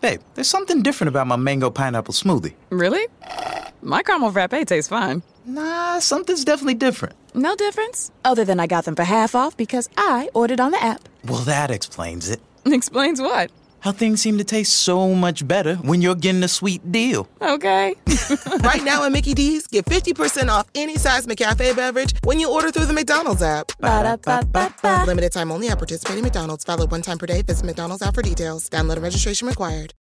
Babe, there's something different about my mango pineapple smoothie. Really? My caramel frappe tastes fine. Nah, something's definitely different. No difference? Other than I got them for half off because I ordered on the app. Well, that explains it. Explains what? How things seem to taste so much better when you're getting a sweet deal. Okay. Right now at Mickey D's, get 50% off any size McCafe beverage when you order through the McDonald's app. Ba-da-ba-ba-ba. Limited time only at participating McDonald's. Valid one time per day. Visit McDonald's app for details. Download and registration required.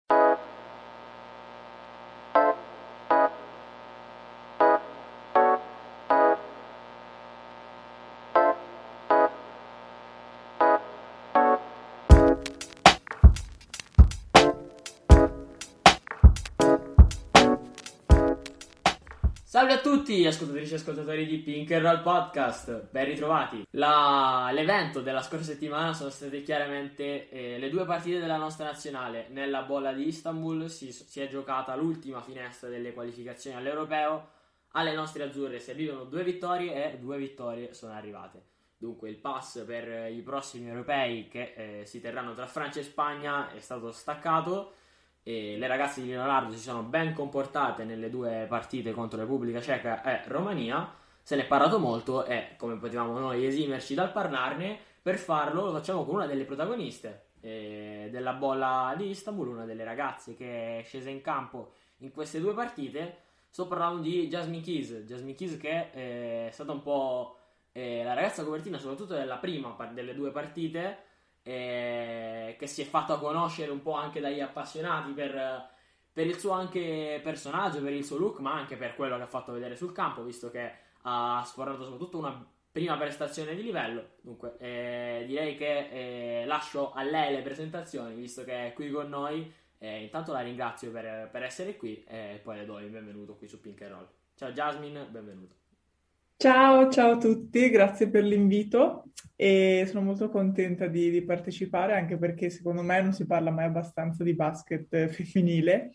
Salve a tutti, ascoltatrici e ascoltatori di Pink and Roll Podcast, ben ritrovati. L'evento della scorsa settimana sono state chiaramente le due partite della nostra nazionale. Nella bolla di Istanbul si è giocata l'ultima finestra delle qualificazioni all'Europeo. Alle nostre azzurre servivano 2 vittorie e 2 vittorie sono arrivate. Dunque il pass per i prossimi europei che si terranno tra Francia e Spagna è stato staccato. E le ragazze di Leonardo si sono ben comportate nelle 2 partite contro Repubblica Ceca e Romania. Se ne è parlato molto e, come potevamo noi esimerci dal parlarne, per farlo lo facciamo con una delle protagoniste della bolla di Istanbul, una delle ragazze che è scesa in campo in queste 2 partite. Sto parlando di Jasmine Keys che è stata un po' la ragazza copertina soprattutto della prima delle 2 partite, che si è fatta conoscere un po' anche dagli appassionati per il suo anche personaggio, per il suo look, ma anche per quello che ha fatto vedere sul campo, visto che ha sfornato soprattutto una prima prestazione di livello. Dunque direi che lascio a lei le presentazioni, visto che è qui con noi. Intanto la ringrazio per essere qui e poi le do il benvenuto qui su Pink and Roll. Ciao Jasmine, benvenuto. Ciao a tutti, grazie per l'invito e sono molto contenta di partecipare, anche perché secondo me non si parla mai abbastanza di basket femminile.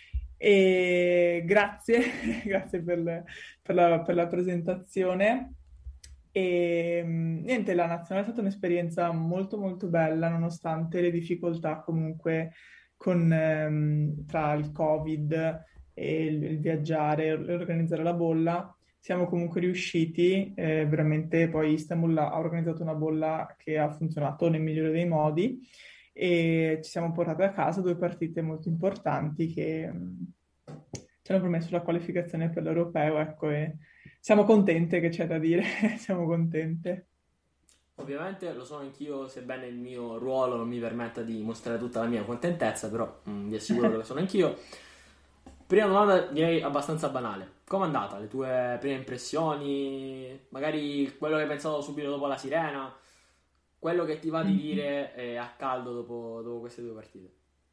E grazie, grazie per la presentazione. E niente, la nazionale è stata un'esperienza molto molto bella, nonostante le difficoltà comunque tra il Covid e il viaggiare e organizzare la bolla. Siamo comunque riusciti, veramente poi Istanbul ha organizzato una bolla che ha funzionato nel migliore dei modi e ci siamo portati a casa 2 partite molto importanti che ci hanno permesso la qualificazione per l'Europeo, ecco, e siamo contente, che c'è da dire, siamo contente. Ovviamente lo sono anch'io, sebbene il mio ruolo non mi permetta di mostrare tutta la mia contentezza, però vi assicuro che lo sono anch'io. Prima domanda direi abbastanza banale. Com'è andata? Le tue prime impressioni? Magari quello che hai pensato subito dopo la sirena? Quello che ti va di dire a caldo dopo queste 2 partite?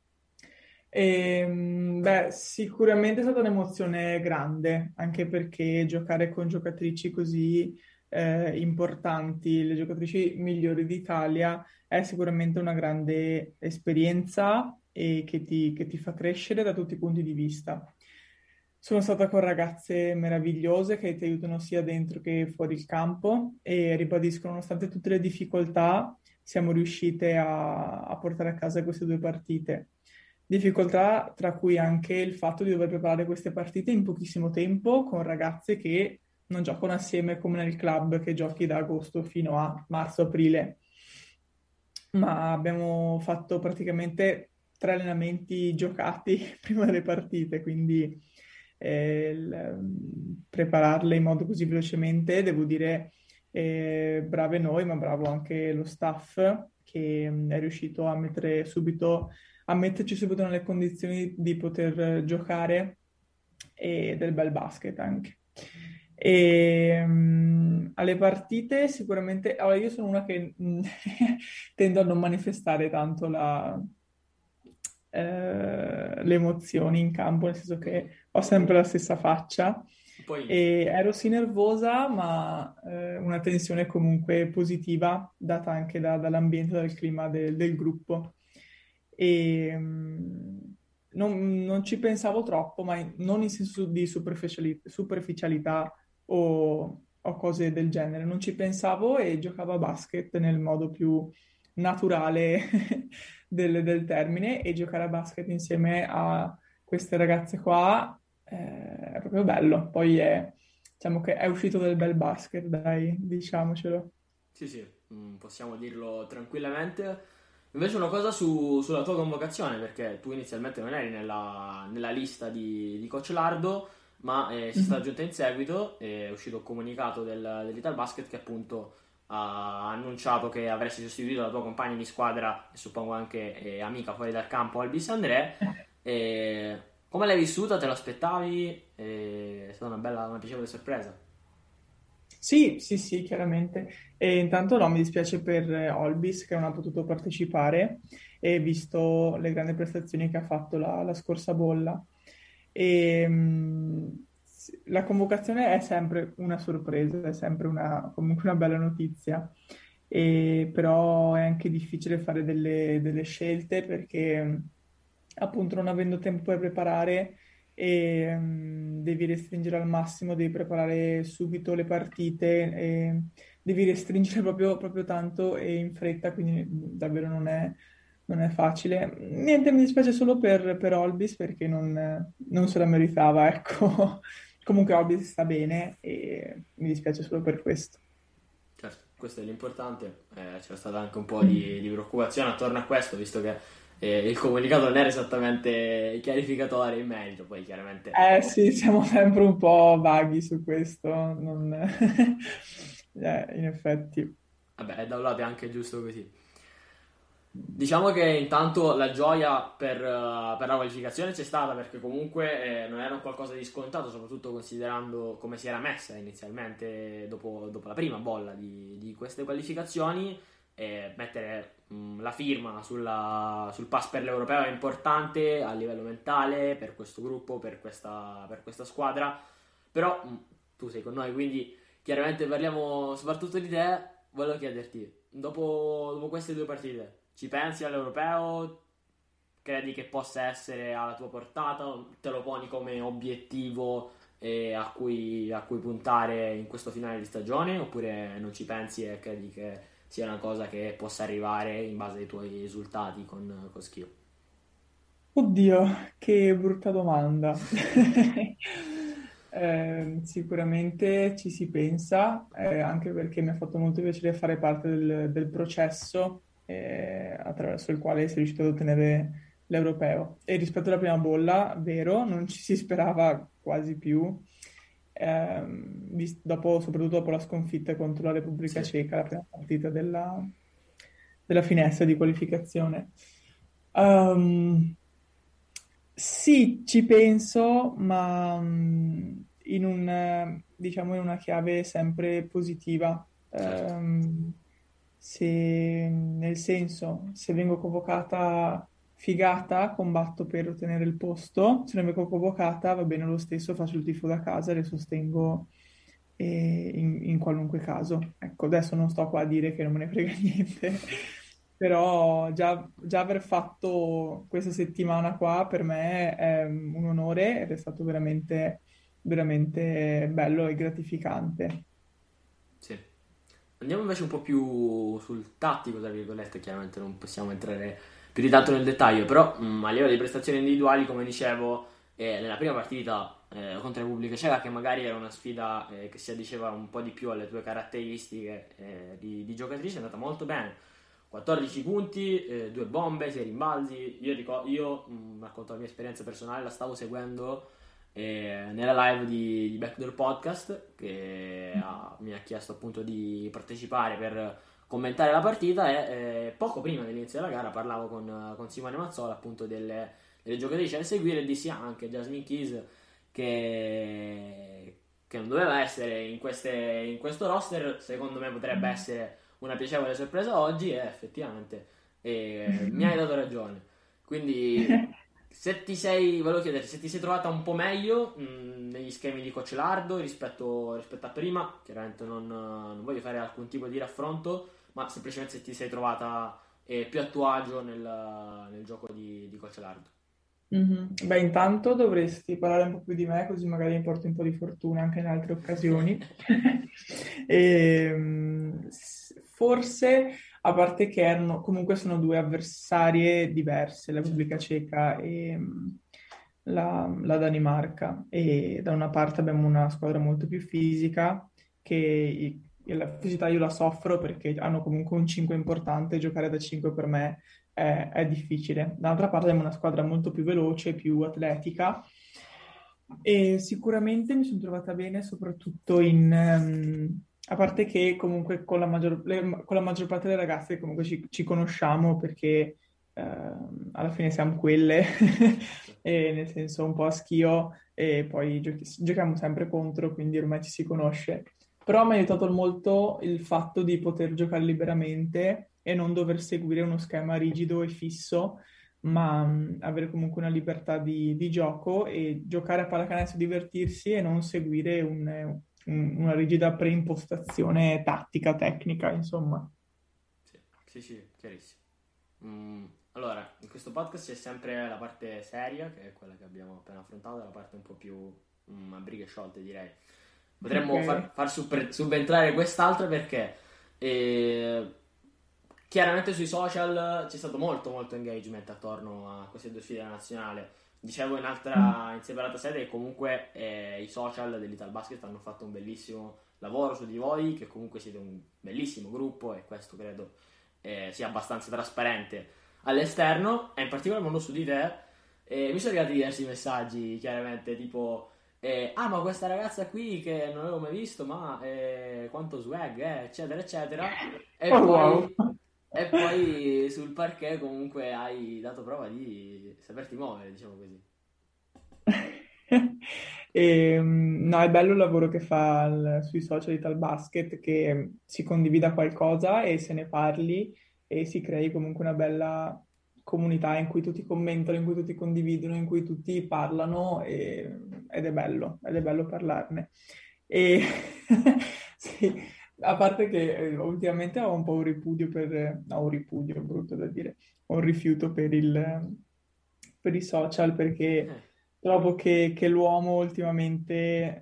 Sicuramente è stata un'emozione grande, anche perché giocare con giocatrici così importanti, le giocatrici migliori d'Italia, è sicuramente una grande esperienza e che ti fa crescere da tutti i punti di vista. Sono stata con ragazze meravigliose che ti aiutano sia dentro che fuori il campo e ribadisco, nonostante tutte le difficoltà, siamo riuscite a portare a casa queste 2 partite. Difficoltà tra cui anche il fatto di dover preparare queste partite in pochissimo tempo con ragazze che non giocano assieme come nel club, che giochi da agosto fino a marzo-aprile. Ma abbiamo fatto praticamente 3 allenamenti giocati prima delle partite, quindi prepararle in modo così velocemente, devo dire, brave noi, ma bravo anche lo staff che è riuscito a metterci subito nelle condizioni di poter giocare e del bel basket anche. Alle partite sicuramente, allora io sono una che tendo a non manifestare tanto le emozioni in campo, nel senso che ho sempre la stessa faccia. Poi E ero sì nervosa, ma una tensione comunque positiva, data anche dall'ambiente, dal clima del gruppo. E non ci pensavo troppo, ma non in senso di superficialità o cose del genere. Non ci pensavo e giocavo a basket nel modo più naturale del termine, e giocare a basket insieme a queste ragazze qua è proprio bello. Poi diciamo che è uscito del bel basket, dai, diciamocelo. Sì, sì, possiamo dirlo tranquillamente. Invece una cosa sulla tua convocazione, perché tu inizialmente non eri nella lista di Coach Lardo, ma si sta aggiunta in seguito, è uscito un comunicato dell'Italbasket che appunto ha annunciato che avresti sostituito la tua compagna di squadra e suppongo anche amica fuori dal campo Albis André. Come l'hai vissuta? Te lo aspettavi? È stata una piacevole sorpresa. Sì, sì, sì, chiaramente. E intanto no, mi dispiace per Olbis che non ha potuto partecipare, e visto le grandi prestazioni che ha fatto la scorsa bolla. E, la convocazione è sempre una sorpresa, è sempre comunque una bella notizia. Però è anche difficile fare delle scelte perché appunto non avendo tempo per preparare e devi restringere al massimo, devi preparare subito le partite, e devi restringere proprio tanto e in fretta, quindi davvero non è facile. Niente, mi dispiace solo per Olbis perché non se la meritava, ecco. Comunque Olbis sta bene e mi dispiace solo per questo. Certo, questo è l'importante. C'era stata anche un po' di preoccupazione attorno a questo, visto che il comunicato non era esattamente chiarificatore in merito, poi chiaramente... Sì, siamo sempre un po' vaghi su questo, in effetti. Vabbè, da un lato è anche giusto così. Diciamo che intanto la gioia per la qualificazione c'è stata, perché comunque non era un qualcosa di scontato, soprattutto considerando come si era messa inizialmente dopo la prima bolla di queste qualificazioni. Mettere la firma sul pass per l'Europeo è importante a livello mentale per questo gruppo, per questa squadra. Però tu sei con noi, quindi chiaramente parliamo soprattutto di te. Volevo chiederti, dopo queste due partite, ci pensi all'Europeo? Credi che possa essere alla tua portata? Te lo poni come obiettivo a cui puntare in questo finale di stagione? Oppure non ci pensi e credi che sia una cosa che possa arrivare in base ai tuoi risultati con Schio? Oddio, che brutta domanda. Sicuramente ci si pensa, anche perché mi ha fatto molto piacere fare parte del processo attraverso il quale si è riuscito ad ottenere l'Europeo. E rispetto alla prima bolla, vero, non ci si sperava quasi più, soprattutto dopo la sconfitta contro la Repubblica Sì. Ceca, la prima partita della finestra di qualificazione. Sì, ci penso, ma diciamo in una chiave sempre positiva. Certo. Nel senso, se vengo convocata, figata, combatto per ottenere il posto; se non vengo convocata, va bene lo stesso, faccio il tifo da casa e le sostengo in qualunque caso. Ecco, adesso non sto qua a dire che non me ne frega niente. Però già aver fatto questa settimana qua per me è un onore ed è stato veramente, veramente bello e gratificante. Sì. Andiamo invece un po' più sul tattico, tra virgolette. Chiaramente non possiamo entrare più di tanto nel dettaglio, però a livello di prestazioni individuali, come dicevo, nella prima partita contro la Repubblica Ceca, che magari era una sfida che si addiceva un po' di più alle tue caratteristiche di giocatrice, è andata molto bene. 14 punti, 2 bombe, 6 rimbalzi. Io racconto la mia esperienza personale, la stavo seguendo nella live di Backdoor Podcast, che mi ha chiesto appunto di partecipare per commentare la partita, e poco prima dell'inizio della gara parlavo con Simone Mazzola appunto delle giocatrici da seguire, e dissi anche Jasmine Keys che non doveva essere in questo roster. Secondo me potrebbe essere una piacevole sorpresa oggi, e effettivamente mi hai dato ragione. Quindi volevo chiedere se ti sei trovata un po' meglio negli schemi di Coach Lardo rispetto a prima. Chiaramente non voglio fare alcun tipo di raffronto, ma semplicemente se ti sei trovata più a tuo agio nel gioco di Coach Lardo. Beh, intanto dovresti parlare un po' più di me, così magari mi porti un po' di fortuna anche in altre occasioni. Forse a parte che comunque sono due avversarie diverse, la Repubblica Ceca e la Danimarca. E da una parte abbiamo una squadra molto più fisica, e la fisicità io la soffro perché hanno comunque un 5 importante, giocare da 5 per me è difficile. Dall'altra parte abbiamo una squadra molto più veloce, più atletica, e sicuramente mi sono trovata bene soprattutto a parte che comunque con con la maggior parte delle ragazze comunque ci conosciamo perché alla fine siamo quelle, e nel senso un po' a schio, e poi giochiamo sempre contro, quindi ormai ci si conosce. Però mi ha aiutato molto il fatto di poter giocare liberamente e non dover seguire uno schema rigido e fisso, ma avere comunque una libertà di gioco e giocare a pallacanestro, divertirsi e non seguire una rigida preimpostazione tattica, tecnica, insomma. Sì, chiarissimo. Allora, in questo podcast c'è sempre la parte seria, che è quella che abbiamo appena affrontato, e la parte un po' più a brighe sciolte, direi. Potremmo Ok. far subentrare quest'altra perché chiaramente sui social c'è stato molto engagement attorno a queste due sfide nazionali. Dicevo in separata sede che comunque i social dell'Italbasket hanno fatto un bellissimo lavoro su di voi, che comunque siete un bellissimo gruppo, e questo credo sia abbastanza trasparente all'esterno, e in particolar modo su di te. Mi sono arrivati diversi messaggi, chiaramente, tipo ma questa ragazza qui che non avevo mai visto, ma quanto swag, eccetera eccetera, e Oh, poi wow. e poi sul parquet comunque hai dato prova di saperti muovere, diciamo così. No, è bello il lavoro che fa sui social di Talbasket, che si condivida qualcosa e se ne parli e si crei comunque una bella comunità in cui tutti commentano, in cui tutti condividono, in cui tutti parlano, ed è bello parlarne. E sì, a parte che ultimamente ho un po' un ripudio no, un ripudio, è brutto da dire, ho un rifiuto per i social, perché trovo che l'uomo ultimamente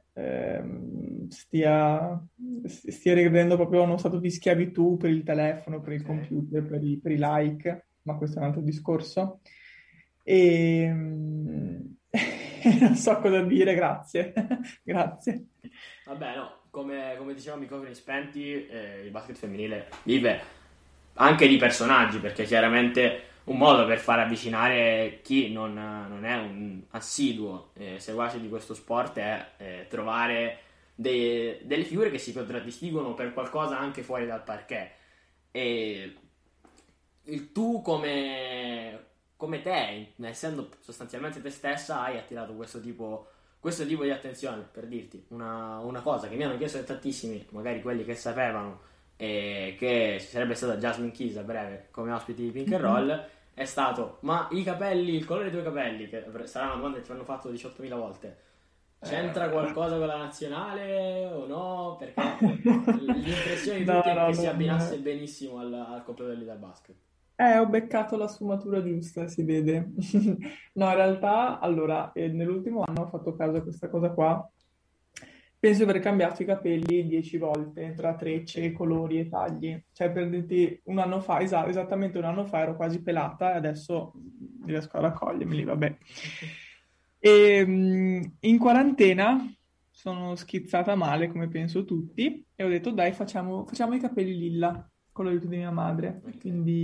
stia regredendo proprio a uno stato di schiavitù per il telefono, per il Ok. computer, per i like, ma questo è un altro discorso. E non so cosa dire, grazie. Grazie. Vabbè, no, come diceva microfoni spenti, il basket femminile vive anche di personaggi, perché chiaramente un modo per far avvicinare chi non è un assiduo seguace di questo sport è trovare delle figure che si contraddistinguono per qualcosa anche fuori dal parquet. E tu come te, essendo sostanzialmente te stessa, hai attirato questo tipo di attenzione. Per dirti una cosa che mi hanno chiesto tantissimi, magari quelli che sapevano che ci sarebbe stata Jasmine Keys a breve come ospite di Pink and Roll, è stato: ma i capelli, il colore dei tuoi capelli, che sarà una domanda che ti hanno fatto 18.000 volte, c'entra qualcosa con la nazionale o no? Perché l'impressione di No, tutti è no, che si non... abbinasse benissimo al completo del basket. Ho beccato la sfumatura giusta, si vede. No, in realtà, allora, nell'ultimo anno ho fatto caso a questa cosa qua. Penso di aver cambiato i capelli 10 volte, tra trecce, colori e tagli. Cioè, per dirti, un anno fa, esattamente un anno fa, ero quasi pelata e adesso riesco a raccogliermeli, vabbè. E in quarantena sono schizzata male, come penso tutti, e ho detto, dai, facciamo i capelli lilla, con l'aiuto di mia madre. Ok.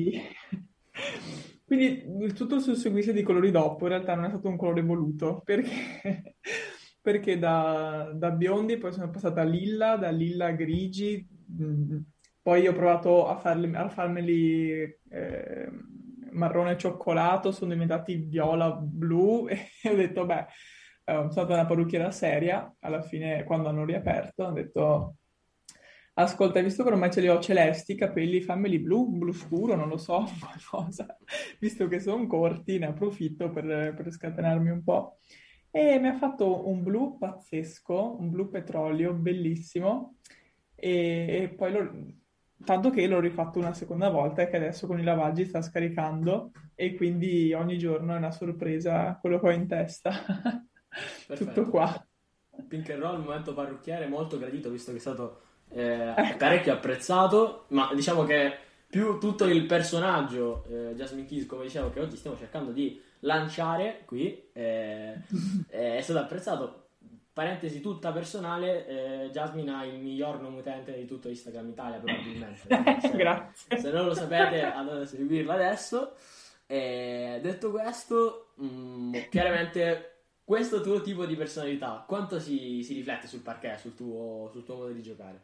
Quindi tutto il susseguirsi di colori dopo in realtà non è stato un colore voluto, perché, perché da biondi poi sono passata a lilla, da lilla a grigi, poi ho provato a farmeli marrone cioccolato, sono diventati viola blu e ho detto, beh, sono stata una parrucchiera seria, alla fine quando hanno riaperto hanno detto... Ascolta, visto che ormai ce li ho celesti, i capelli, fammeli blu, blu scuro, non lo so, qualcosa. Visto che sono corti, ne approfitto per scatenarmi un po'. E mi ha fatto un blu pazzesco, un blu petrolio, bellissimo. E poi tanto che l'ho rifatto una seconda volta e che adesso con i lavaggi sta scaricando e quindi ogni giorno è una sorpresa quello che ho in testa. Tutto Perfetto. qua. Pink and Roll, momento parrucchiere molto gradito, visto che è stato parecchio apprezzato, ma diciamo che più tutto il personaggio Jasmine Keys, come dicevo, che oggi stiamo cercando di lanciare qui, è stato apprezzato. Parentesi tutta personale, Jasmine ha il miglior nome utente di tutto Instagram Italia probabilmente. Grazie. Se non lo sapete andate a seguirla adesso. Detto questo, chiaramente questo tuo tipo di personalità quanto si riflette sul parquet, sul tuo modo di giocare?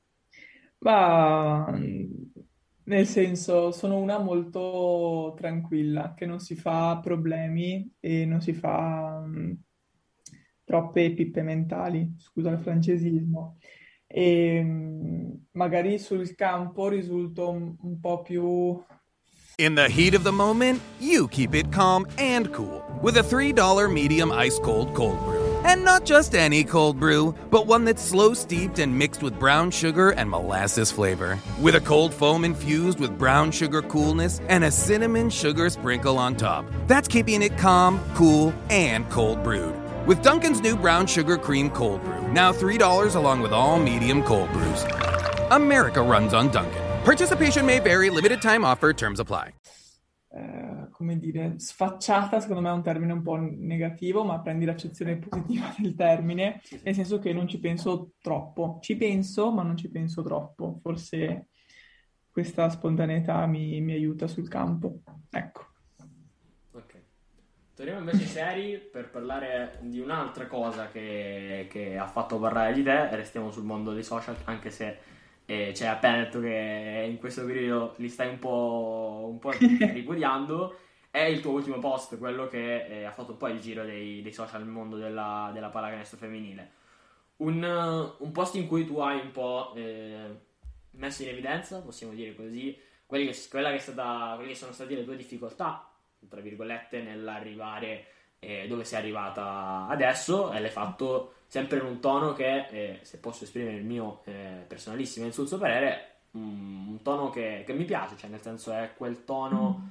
Ma nel senso, sono una molto tranquilla, che non si fa problemi e non si fa troppe pippe mentali, scusa il francesismo. E magari sul campo risulto un po' più... In the heat of the moment, you keep it calm and cool with a $3 medium ice cold brew. And not just any cold brew, but one that's slow steeped and mixed with brown sugar and molasses flavor. With a cold foam infused with brown sugar coolness and a cinnamon sugar sprinkle on top. That's keeping it calm, cool, and cold brewed. With Dunkin's new brown sugar cream cold brew, now $3 along with all medium cold brews. America runs on Dunkin'. Participation may vary, limited time offer, terms apply. Come dire, sfacciata, secondo me è un termine un po' negativo, ma prendi l'accezione positiva del termine, nel senso che non ci penso troppo. Ci penso, ma non ci penso troppo. Forse questa spontaneità mi aiuta sul campo. Ecco. Ok. Torniamo invece seri per parlare di un'altra cosa che ha fatto parlare di te. Restiamo sul mondo dei social, anche se ci hai appena detto che in questo periodo li stai un po' ripudiando. È il tuo ultimo post, quello che ha fatto un po' il giro dei social nel mondo della pallacanestro femminile. Un post in cui tu hai un po' messo in evidenza, possiamo dire così, quelle che sono state le tue difficoltà, tra virgolette, nell'arrivare dove sei arrivata adesso, e l'hai fatto sempre in un tono che, se posso esprimere il mio personalissimo e insulso parere, un tono che mi piace, cioè nel senso è quel tono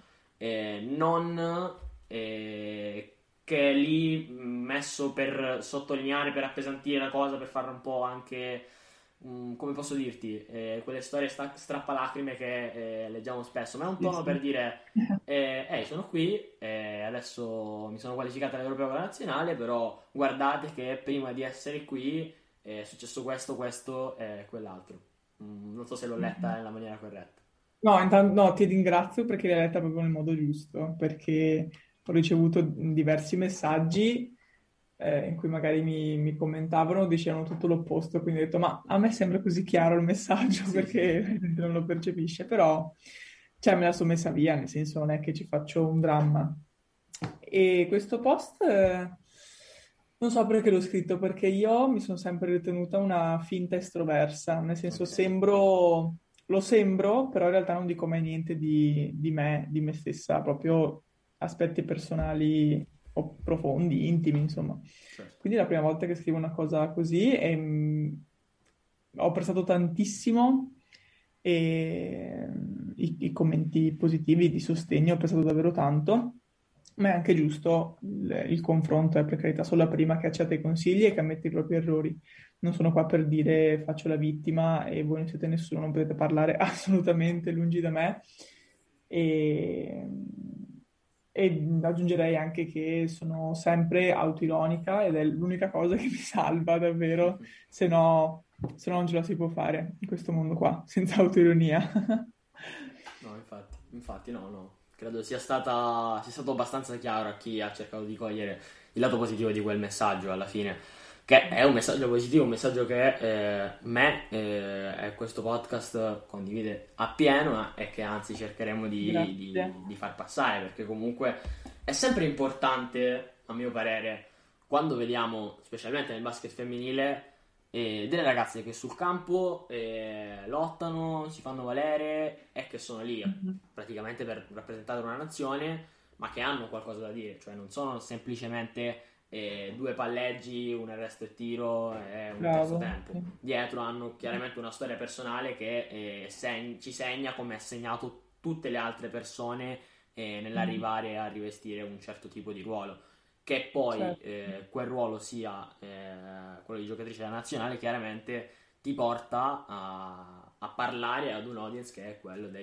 non che è lì messo per sottolineare, per appesantire la cosa, per farla un po' anche, come posso dirti, quelle storie strappalacrime che leggiamo spesso, ma è un tono per dire sono qui, adesso mi sono qualificata all'Europeo con la nazionale, però guardate che prima di essere qui è successo questo e quell'altro. Non so se l'ho letta nella maniera corretta. No, intanto, no, ti ringrazio perché l'hai letta proprio nel modo giusto, perché ho ricevuto diversi messaggi in cui magari mi commentavano, dicevano tutto l'opposto, quindi ho detto, ma a me sembra così chiaro il messaggio perché la gente non lo percepisce, però cioè, me la sono messa via, nel senso non è che ci faccio un dramma. E questo post non so perché l'ho scritto, perché io mi sono sempre ritenuta una finta estroversa, nel senso lo sembro, però in realtà non dico mai niente di me stessa, proprio aspetti personali o profondi, intimi, insomma. Certo. Quindi è la prima volta che scrivo una cosa così e ho apprezzato tantissimo e i commenti positivi di sostegno, ho apprezzato davvero tanto, ma è anche giusto il confronto, per carità, sono la prima che accetta i consigli e che ammette i propri errori. Non sono qua per dire faccio la vittima e voi non siete nessuno, non potete parlare assolutamente lungi da me. E aggiungerei anche che sono sempre autoironica ed è l'unica cosa che mi salva davvero, se no non ce la si può fare in questo mondo qua, senza autoironia. No, infatti no. Credo sia stato abbastanza chiaro a chi ha cercato di cogliere il lato positivo di quel messaggio alla fine, che è un messaggio positivo, un messaggio che me e questo podcast condivide appieno e che anzi cercheremo di far passare, perché comunque è sempre importante, a mio parere, quando vediamo, specialmente nel basket femminile, delle ragazze che sul campo lottano, si fanno valere e che sono lì praticamente per rappresentare una nazione, ma che hanno qualcosa da dire, cioè non sono semplicemente due palleggi, un arresto e tiro e un terzo tempo. Dietro hanno chiaramente una storia personale che ci segna, come ha segnato tutte le altre persone nell'arrivare a rivestire un certo tipo di ruolo. Che poi quel ruolo sia quello di giocatrice della nazionale, chiaramente ti porta a parlare ad un audience che è quello dei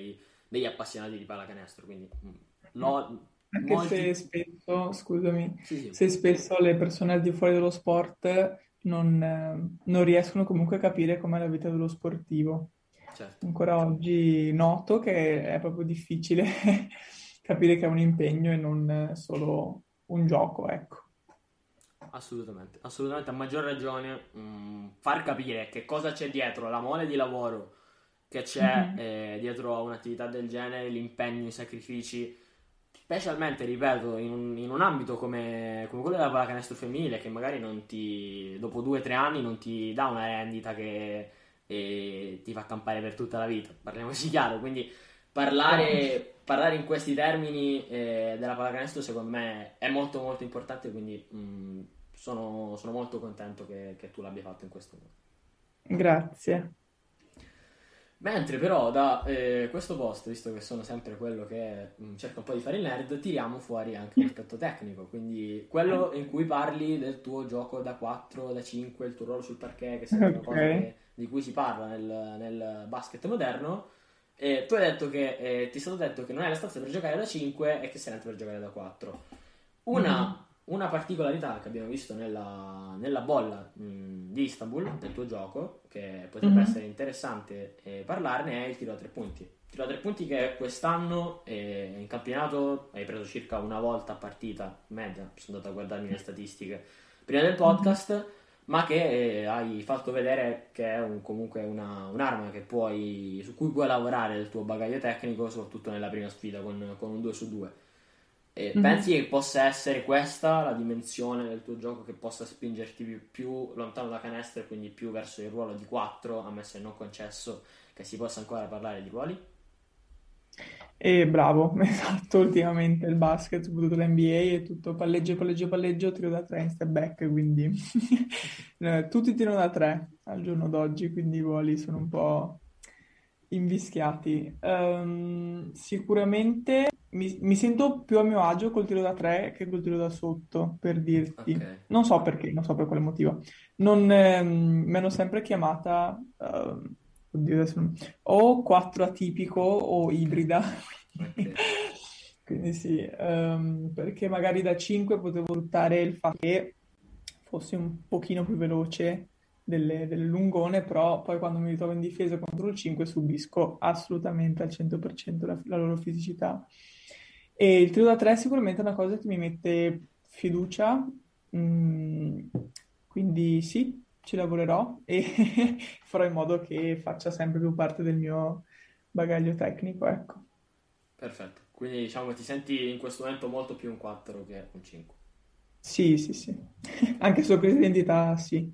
degli appassionati di pallacanestro, quindi lo, Anche se molti... spesso, scusami, Sì, sì, se spesso le persone al di fuori dello sport non riescono comunque a capire com'è la vita dello sportivo. certo. Ancora oggi noto che è proprio difficile capire che è un impegno e non solo un gioco, ecco. Assolutamente, assolutamente, a maggior ragione far capire che cosa c'è dietro, la mole di lavoro che c'è Mhm. dietro a un'attività del genere, l'impegno, i sacrifici, specialmente, ripeto, in un ambito come quello della pallacanestro femminile, che magari non ti, dopo 2 o 3 anni non ti dà una rendita che ti fa campare per tutta la vita, parliamoci chiaro, quindi parlare in questi termini della pallacanestro secondo me è molto molto importante, quindi sono molto contento che tu l'abbia fatto in questo modo. Grazie. Mentre però da questo posto, visto che sono sempre quello che cerca un po' di fare il nerd, tiriamo fuori anche l'aspetto tecnico, quindi quello in cui parli del tuo gioco da 4, da 5, il tuo ruolo sul parquet, che è sempre una cosa Ok. di cui si parla nel basket moderno. E tu hai detto che ti è stato detto che non hai la stazza per giocare da 5 e che sei nato per giocare da 4. Mhm. Una particolarità che abbiamo visto nella bolla di Istanbul, del tuo gioco, che potrebbe Mhm. essere interessante parlarne, è il tiro a 3 punti. Il tiro a 3 punti che quest'anno in campionato hai preso circa una volta a partita, media, sono andato a guardarmi le statistiche prima del Mhm. podcast, ma che hai fatto vedere che è comunque un'arma su cui puoi lavorare il tuo bagaglio tecnico, soprattutto nella prima sfida con un 2 su 2. E Mhm. pensi che possa essere questa la dimensione del tuo gioco che possa spingerti più lontano da canestro e quindi più verso il ruolo di 4, ammesso e non concesso che si possa ancora parlare di ruoli? E bravo, esatto, ultimamente il basket, soprattutto l'NBA, è tutto palleggio, palleggio, palleggio, tiro da tre in step back, quindi tutti tirano da tre al giorno d'oggi, quindi i ruoli sono un po' invischiati. Sicuramente mi sento più a mio agio col tiro da tre che col tiro da sotto, per Ok, dirti. Non so perché, non so per quale motivo. Mi hanno sempre chiamata, oddio, adesso o 4 atipico o ibrida. ok, Quindi sì, perché magari da 5 potevo sfruttare il fatto che fossi un pochino più veloce delle lungone, però poi quando mi ritrovo in difesa contro il 5 subisco assolutamente al 100% la loro fisicità. E il tiro da 3 è sicuramente una cosa che mi mette fiducia, mm, quindi sì, ci lavorerò e farò in modo che faccia sempre più parte del mio bagaglio tecnico, ecco. perfetto. Quindi diciamo ti senti in questo momento molto più un 4 che un 5. Sì, sì, sì. Anche su questa identità, sì.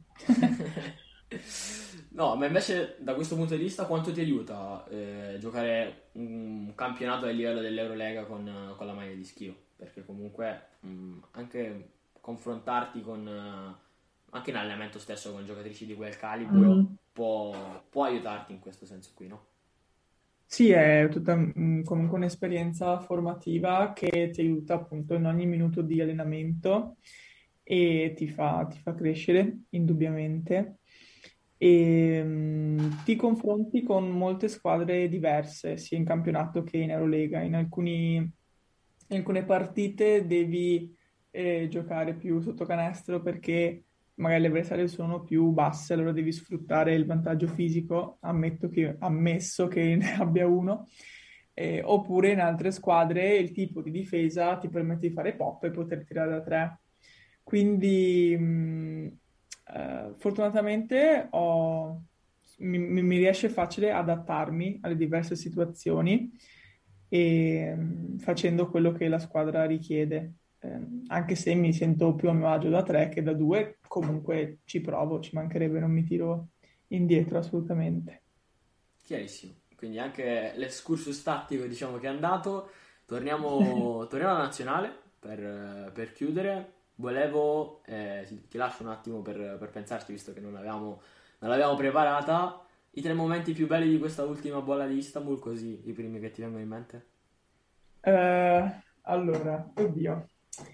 No, ma invece da questo punto di vista quanto ti aiuta giocare un campionato a livello dell'Eurolega con la maglia di schio? Perché comunque anche confrontarti anche in allenamento stesso con giocatrici di quel calibro Mm. può aiutarti in questo senso qui, no? Sì, è tutta comunque un'esperienza formativa che ti aiuta appunto in ogni minuto di allenamento e ti fa crescere, indubbiamente. E ti confronti con molte squadre diverse, sia in campionato che in Eurolega. In alcune partite devi giocare più sotto canestro perché magari le avversarie sono più basse, allora devi sfruttare il vantaggio fisico, ammesso che ne abbia uno. Oppure in altre squadre il tipo di difesa ti permette di fare pop e poter tirare da tre. Quindi, fortunatamente mi riesce facile adattarmi alle diverse situazioni e facendo quello che la squadra richiede. Anche se mi sento più a mio agio da tre che da due, comunque ci provo, ci mancherebbe, non mi tiro indietro assolutamente. Chiarissimo. Quindi anche l'escursus tattico diciamo che è andato. Torniamo alla nazionale per chiudere. Volevo, ti lascio un attimo per pensarci, visto che non l'avevamo preparata. I 3 momenti più belli di questa ultima bolla di Istanbul, così i primi che ti vengono in mente. Allora, oddio.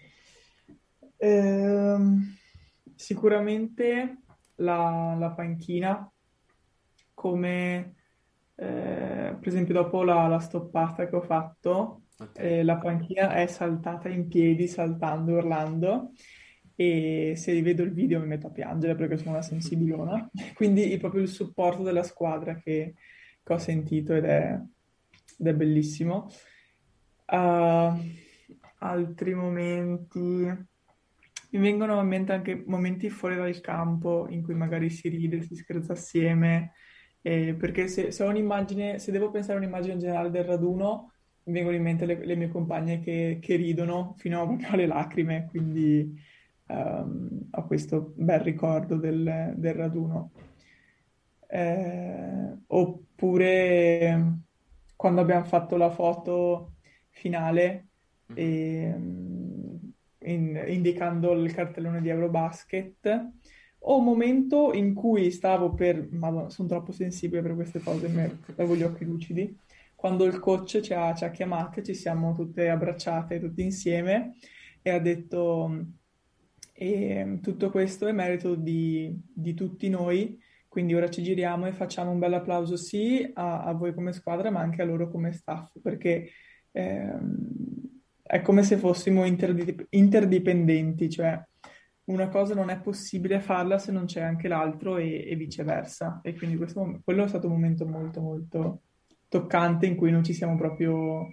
Ehm, Sicuramente la panchina come Per esempio, dopo la stoppata che ho fatto, Ok. la panchina è saltata in piedi, saltando, urlando, e se rivedo il video mi metto a piangere perché sono una sensibilona. Quindi proprio il supporto della squadra che ho sentito ed è bellissimo. Ah, altri momenti. Mi vengono in mente anche momenti fuori dal campo in cui magari si ride, si scherza assieme, perché se ho un'immagine, se devo pensare a un'immagine generale del raduno, mi vengono in mente le mie compagne che ridono fino proprio alle lacrime, quindi ho questo bel ricordo del raduno. Oppure quando abbiamo fatto la foto finale, Mhm. indicando il cartellone di Eurobasket, o un momento in cui stavo per, Madonna, sono troppo sensibile per queste cose, avevo gli occhi lucidi, quando il coach ci ha chiamate, ci siamo tutte abbracciate, tutti insieme, e ha detto, tutto questo è merito di tutti noi, quindi ora ci giriamo e facciamo un bel applauso sì a voi come squadra, ma anche a loro come staff, perché è come se fossimo interdipendenti, cioè una cosa non è possibile farla se non c'è anche l'altro e viceversa. E quindi quello è stato un momento molto molto toccante in cui noi ci siamo proprio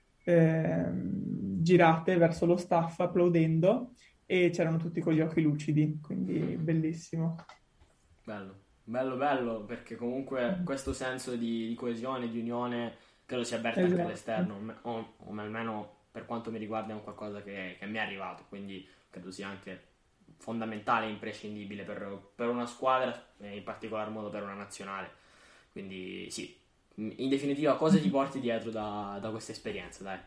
girate verso lo staff applaudendo e c'erano tutti con gli occhi lucidi, quindi bellissimo. Bello, bello, bello, perché comunque questo senso di coesione, di unione, credo sia avverte anche Esatto. all'esterno, o almeno per quanto mi riguarda è un qualcosa che mi è arrivato, quindi credo sia anche fondamentale e imprescindibile per una squadra, e in particolar modo per una nazionale. Quindi sì, in definitiva cosa ti porti dietro da questa esperienza, dai?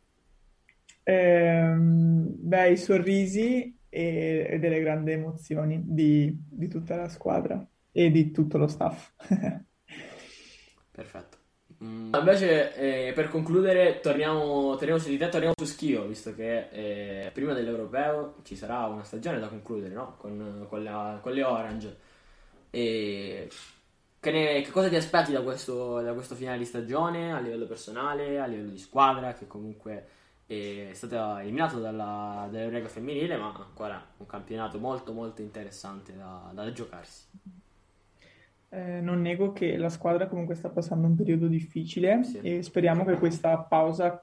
Beh, i sorrisi e delle grandi emozioni di tutta la squadra e di tutto lo staff. Perfetto. Invece, per concludere, torniamo su di te, torniamo su Schio, visto che prima dell'Europeo ci sarà una stagione da concludere, no? Con le Orange. E che cosa ti aspetti da questo finale di stagione a livello personale, a livello di squadra, che comunque è stata eliminato dall'Eurega femminile, ma ancora un campionato molto molto interessante da giocarsi. Non nego che la squadra comunque sta passando un periodo difficile Sì. e speriamo che questa pausa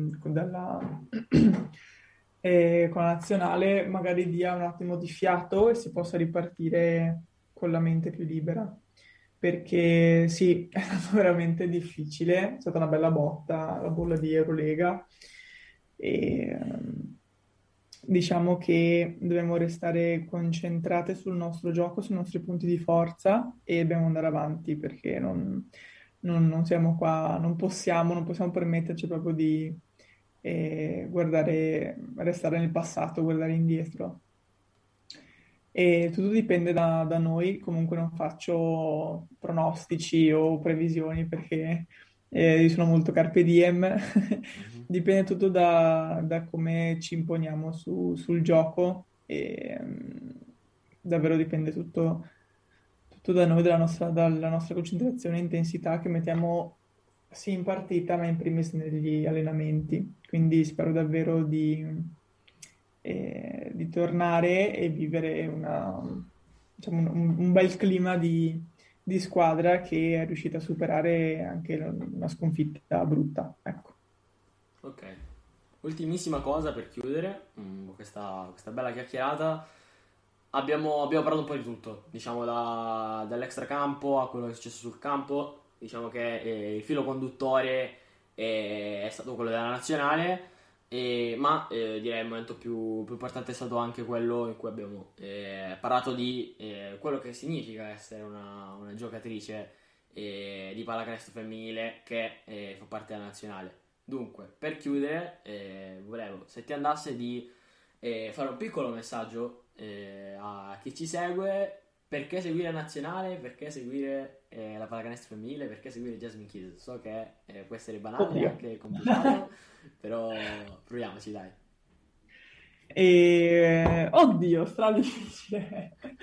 con la nazionale magari dia un attimo di fiato e si possa ripartire con la mente più libera. Perché sì, è stato veramente difficile, è stata una bella botta la bolla di Eurolega e diciamo che dobbiamo restare concentrate sul nostro gioco, sui nostri punti di forza e dobbiamo andare avanti perché non siamo qua, non possiamo permetterci proprio di restare nel passato, guardare indietro. E tutto dipende da noi, comunque non faccio pronostici o previsioni perché io sono molto carpe diem, Mhm. dipende tutto da come ci imponiamo sul gioco e davvero dipende tutto da noi, dalla nostra concentrazione e intensità che mettiamo sì in partita, ma in primis negli allenamenti. Quindi spero davvero di tornare e vivere diciamo, un bel clima di squadra che è riuscita a superare anche una sconfitta brutta. Ecco. Ok. Ultimissima cosa per chiudere questa bella chiacchierata. Abbiamo parlato un po' di tutto, diciamo dall'extracampo a quello che è successo sul campo. Diciamo che il filo conduttore è stato quello della nazionale, ma direi il momento più importante è stato anche quello in cui abbiamo parlato di quello che significa essere una giocatrice di pallacanestro femminile che fa parte della nazionale. Dunque, per chiudere, volevo, se ti andasse di fare un piccolo messaggio a chi ci segue, perché seguire la nazionale, perché seguire la pallacanestro femminile, perché seguire Jasmine Keys. So che può essere banale e Oddio. anche complicato, però proviamoci, dai. Oddio, stra difficile.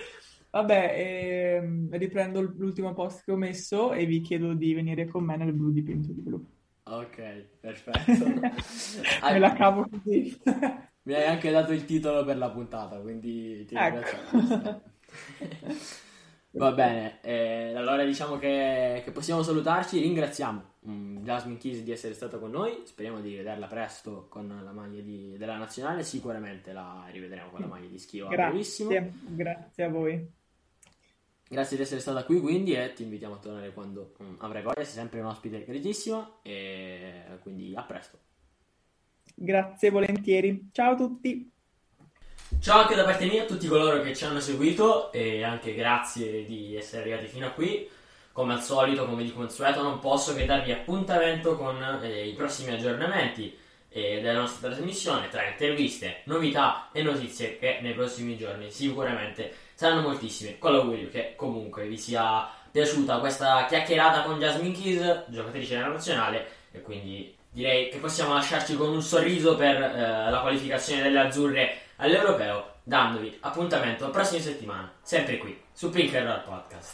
Vabbè, riprendo l'ultimo post che ho messo e vi chiedo di venire con me nel blu dipinto di blu. Ok, perfetto. Me la cavo così. Mi hai anche dato il titolo per la puntata, quindi ti ringrazio. Ecco. Va bene, allora diciamo che possiamo salutarci. Ringraziamo Jasmine Keys di essere stata con noi. Speriamo di vederla presto con la maglia della nazionale. Sicuramente la rivedremo con la maglia di Schio a brevissimo. Grazie a voi. Grazie di essere stata qui, quindi, e ti invitiamo a tornare quando avrai voglia. Sei sempre un ospite graditissimo, e quindi a presto. Grazie, volentieri. Ciao a tutti. Ciao anche da parte mia a tutti coloro che ci hanno seguito, e anche grazie di essere arrivati fino a qui. Come al solito, come di consueto, non posso che darvi appuntamento con i prossimi aggiornamenti della nostra trasmissione, tra interviste, novità e notizie che nei prossimi giorni sicuramente saranno moltissime, con l'augurio che comunque vi sia piaciuta questa chiacchierata con Jasmine Keys, giocatrice della nazionale, e quindi direi che possiamo lasciarci con un sorriso per la qualificazione delle azzurre all'Europeo, dandovi appuntamento la prossima settimana, sempre qui, su Pink and Roll Podcast.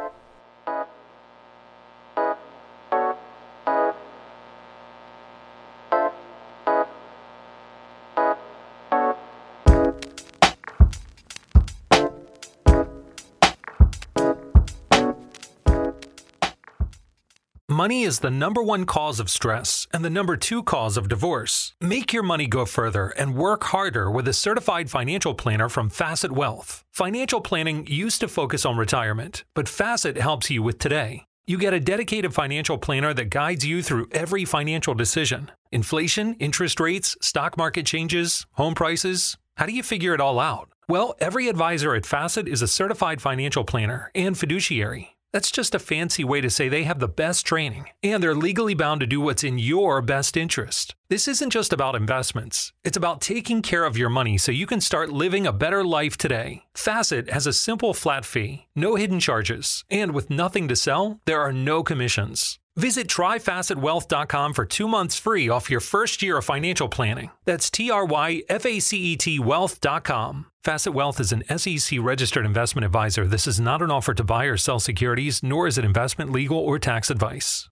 Money is the number one cause of stress and the number 2 cause of divorce. Make your money go further and work harder with a certified financial planner from Facet Wealth. Financial planning used to focus on retirement, but Facet helps you with today. You get a dedicated financial planner that guides you through every financial decision. Inflation, interest rates, stock market changes, home prices. How do you figure it all out? Well, every advisor at Facet is a certified financial planner and fiduciary. That's just a fancy way to say they have the best training, and they're legally bound to do what's in your best interest. This isn't just about investments. It's about taking care of your money so you can start living a better life today. Facet has a simple flat fee, no hidden charges, and with nothing to sell, there are no commissions. Visit tryfacetwealth.com for 2 months free off your first year of financial planning. That's TRYFACET wealth.com. Facet Wealth is an SEC registered investment advisor. This is not an offer to buy or sell securities, nor is it investment, legal, or tax advice.